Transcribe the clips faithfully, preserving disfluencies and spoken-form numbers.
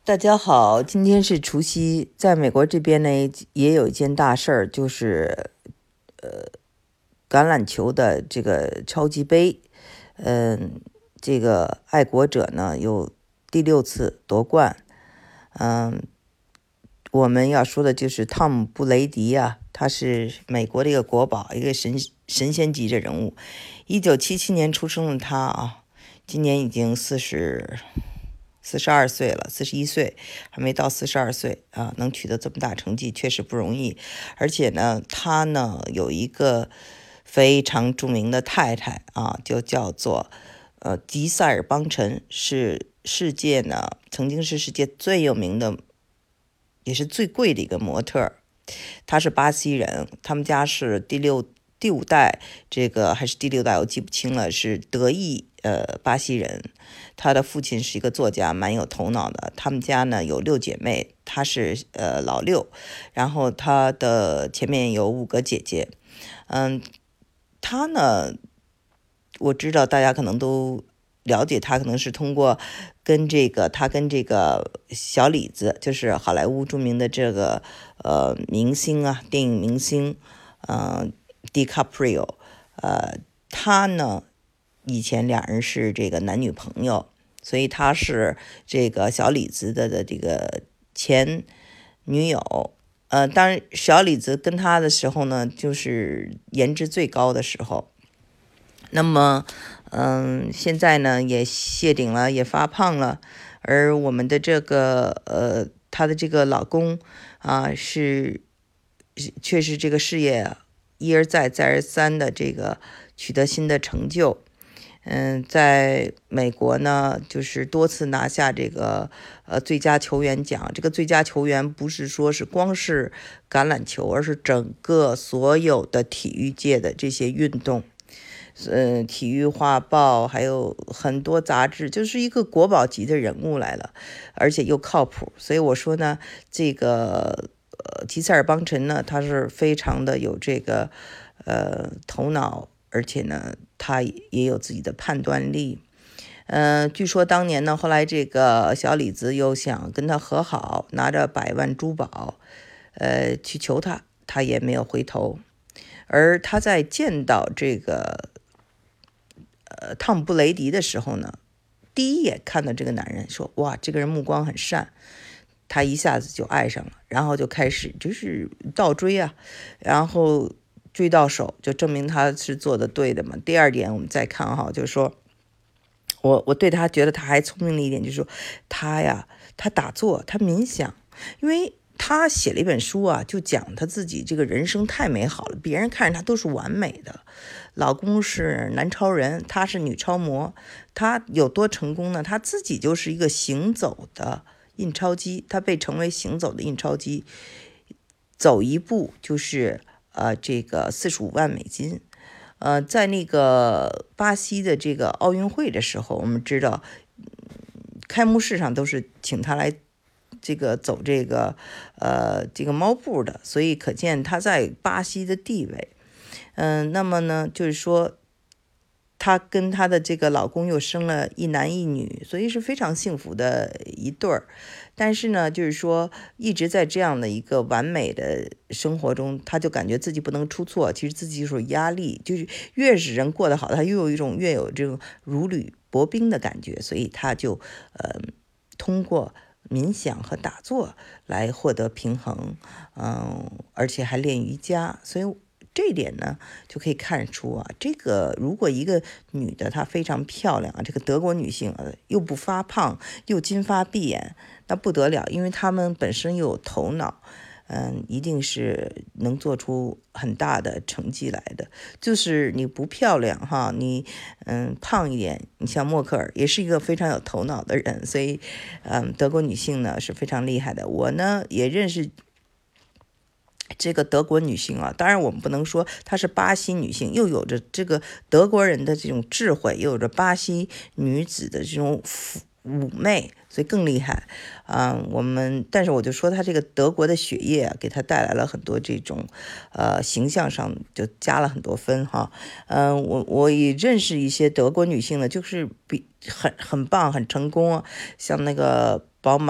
大家好，今天是除夕，在美国这边呢也有一件大事儿，就是呃橄榄球的这个超级杯，嗯，这个爱国者呢有第六次夺冠，嗯，我们要说的就是汤姆·布雷迪啊，他是美国的一个国宝，一个神神仙级的人物。一九七七年出生的他啊，今年已经四十。四十二岁了，四十一岁还没到四十二岁啊，能取得这么大成绩确实不容易。而且呢，他呢有一个非常著名的太太啊，就叫做呃吉塞尔邦辰，是世界呢曾经是世界最有名的，也是最贵的一个模特。他是巴西人，他们家是第六第五代，这个还是第六代我记不清了，是德裔呃巴西人。他的父亲是一个作家，蛮有头脑的。他们家呢有六姐妹，他是呃老六，然后他的前面有五个姐姐。嗯，他呢，我知道大家可能都了解他，可能是通过跟这个他跟这个小李子，就是好莱坞著名的这个呃明星啊，电影明星，呃，DiCaprio，呃，他呢。以前两人是这个男女朋友，所以他是这个小李子的的这个前女友。呃，当然小李子跟他的时候呢，就是颜值最高的时候。那么，嗯，现在呢也谢顶了，也发胖了。而我们的这个呃，她的这个老公啊，是确实这个事业一而再再而三的这个取得新的成就。嗯，在美国呢，就是多次拿下这个呃最佳球员奖。这个最佳球员不是说是光是橄榄球，而是整个所有的体育界的这些运动，嗯、呃，体育画报还有很多杂志，就是一个国宝级的人物来了，而且又靠谱。所以我说呢，这个呃吉塞尔邦辰呢，他是非常的有这个呃头脑。而且呢，他也有自己的判断力。嗯、呃，据说当年呢，后来这个小李子又想跟他和好，拿着百万珠宝，呃，去求他，他也没有回头。而他在见到这个呃汤姆布雷迪的时候呢，第一眼看到这个男人，说哇，这个人目光很善，他一下子就爱上了，然后就开始就是倒追啊，然后。追到手就证明他是做的对的嘛。第二点我们再看哈，就是说我我对他觉得他还聪明了一点，就是说他呀，他打坐，他冥想，因为他写了一本书啊，就讲他自己这个人生太美好了，别人看着他都是完美的，老公是男超人，他是女超模，他有多成功呢？他自己就是一个行走的印钞机，他被称为行走的印钞机，走一步就是呃，这个四十五万美金，呃，在那个巴西的这个奥运会的时候，我们知道，开幕式上都是请他来这个走这个呃这个猫步的，所以可见他在巴西的地位。嗯、呃，那么呢，就是说，她跟她的这个老公又生了一男一女，所以是非常幸福的一对儿。但是呢，就是说一直在这样的一个完美的生活中，他就感觉自己不能出错，其实自己有压力，就是越是人过得好，他又有一种越有这种如履薄冰的感觉，所以他就呃通过冥想和打坐来获得平衡，嗯，而且还练瑜伽，所以。这一点呢，就可以看出啊，这个如果一个女的她非常漂亮啊，这个德国女性啊，又不发胖，又金发碧眼，那不得了，因为她们本身又有头脑，嗯，一定是能做出很大的成绩来的。就是你不漂亮哈，你嗯胖一点，你像默克尔也是一个非常有头脑的人，所以嗯，德国女性呢是非常厉害的。我呢也认识。这个德国女性啊，当然我们不能说她是巴西女性，又有着这个德国人的这种智慧，又有着巴西女子的这种妩媚，所以更厉害啊、呃！我们但是我就说她这个德国的血液啊，给她带来了很多这种呃形象上就加了很多分哈。嗯、呃，我我也认识一些德国女性呢，就是比很很棒，很成功，像那个宝马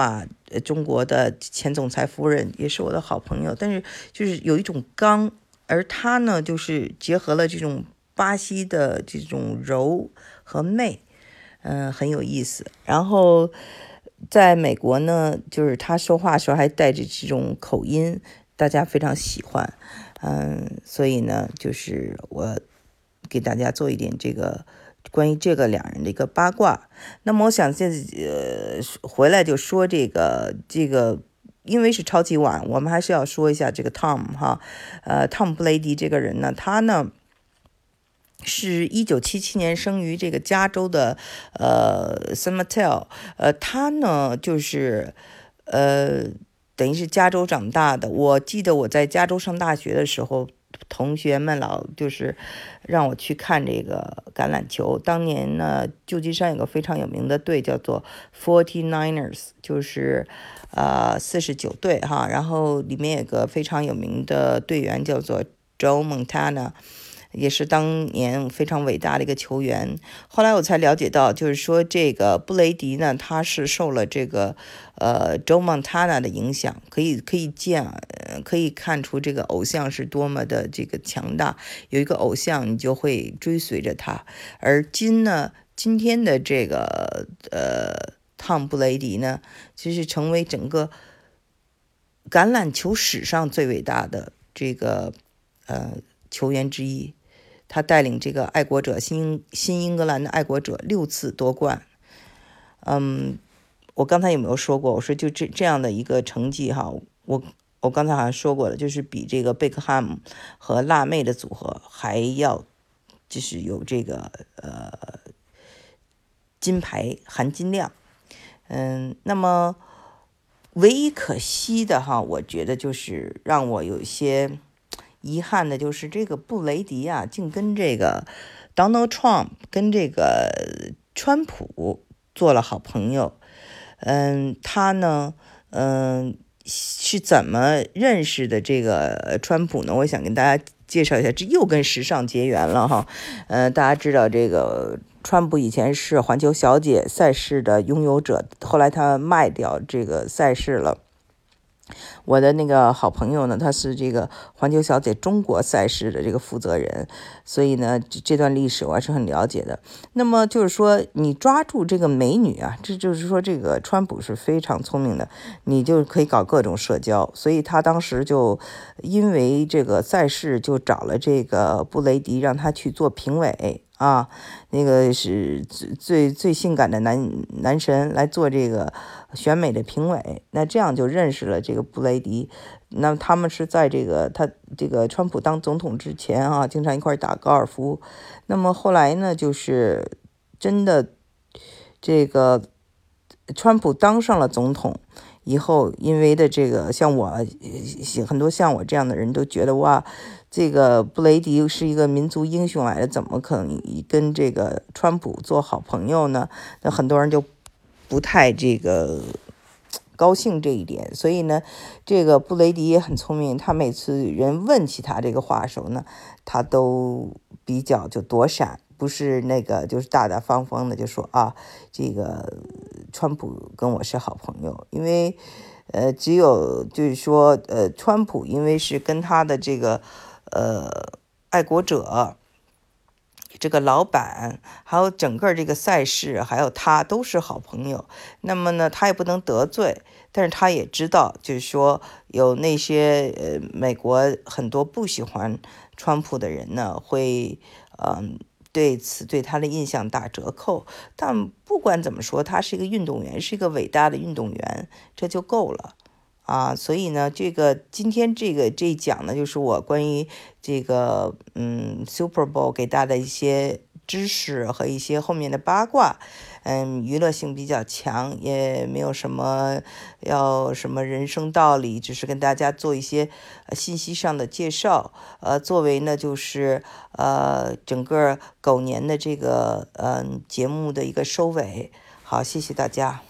中国的前总裁夫人，也是我的好朋友，但是就是有一种刚，而他呢就是结合了这种巴西的这种柔和媚，嗯、呃，很有意思。然后在美国呢，就是他说话的时候还带着这种口音，大家非常喜欢，嗯、呃，所以呢，就是我给大家做一点这个关于这个两人的一个八卦。那么我想现在呃回来就说这个这个，因为是超级碗，我们还是要说一下这个 Tom 哈，呃，Tom 布雷迪这个人呢，他呢是一九七七年生于这个加州的呃 San Mateo， 呃，他呢就是呃等于是加州长大的。我记得我在加州上大学的时候，同学们老就是让我去看这个橄榄球。当年呢，旧金山有个非常有名的队叫做 forty-niners， 就是呃四十九队哈。然后里面有个非常有名的队员叫做 Joe Montana，也是当年非常伟大的一个球员。后来我才了解到，就是说这个布雷迪呢，他是受了这个呃 Joe Montana 的影响，可以可以见，呃，可以看出这个偶像是多么的这个强大。有一个偶像，你就会追随着他。而今呢，今天的这个呃汤布雷迪呢，其实成为整个橄榄球史上最伟大的这个呃球员之一。他带领这个爱国者新新英格兰的爱国者六次夺冠。嗯，我刚才有没有说过？我说就这这样的一个成绩哈，我我刚才好像说过了，就是比这个贝克汉姆和辣妹的组合还要，就是有这个呃金牌含金量。嗯，那么唯一可惜的哈，我觉得就是让我有些遗憾的就是这个布雷迪啊，竟跟这个 Donald Trump 跟这个川普做了好朋友。嗯，他呢，嗯，是怎么认识的这个川普呢？我想跟大家介绍一下，这又跟时尚结缘了哈。嗯，大家知道这个川普以前是环球小姐赛事的拥有者，后来他卖掉这个赛事了。我的那个好朋友呢，他是这个环球小姐中国赛事的这个负责人，所以呢，这段历史我还是很了解的。那么就是说，你抓住这个美女啊，这就是说这个川普是非常聪明的，你就可以搞各种社交。所以他当时就因为这个赛事，就找了这个布雷迪，让他去做评委。啊，那个是最最最性感的男男神来做这个选美的评委，那这样就认识了这个布雷迪。那他们是在这个他这个川普当总统之前啊，经常一块打高尔夫。那么后来呢，就是真的这个川普当上了总统以后，因为的这个像我很多像我这样的人都觉得哇，这个布雷迪是一个民族英雄来的，怎么可能跟这个川普做好朋友呢？那很多人就不太这个高兴这一点。所以呢，这个布雷迪也很聪明，他每次人问起他这个话的时候呢，他都比较就躲闪，不是那个就是大大方方的就说啊，这个川普跟我是好朋友。因为呃，只有就是说呃，川普因为是跟他的这个呃爱国者这个老板，还有整个这个赛事，还有他都是好朋友。那么呢，他也不能得罪，但是他也知道，就是说有那些呃美国很多不喜欢川普的人呢，会嗯、呃、对此对他的印象打折扣。但不管怎么说，他是一个运动员，是一个伟大的运动员，这就够了。啊，所以呢，这个今天这个这一讲呢，就是我关于这个嗯 Super Bowl 给大家的一些知识和一些后面的八卦。嗯，娱乐性比较强，也没有什么要什么人生道理，只是跟大家做一些呃信息上的介绍。呃，作为呢就是呃整个狗年的这个嗯、呃、节目的一个收尾。好，谢谢大家。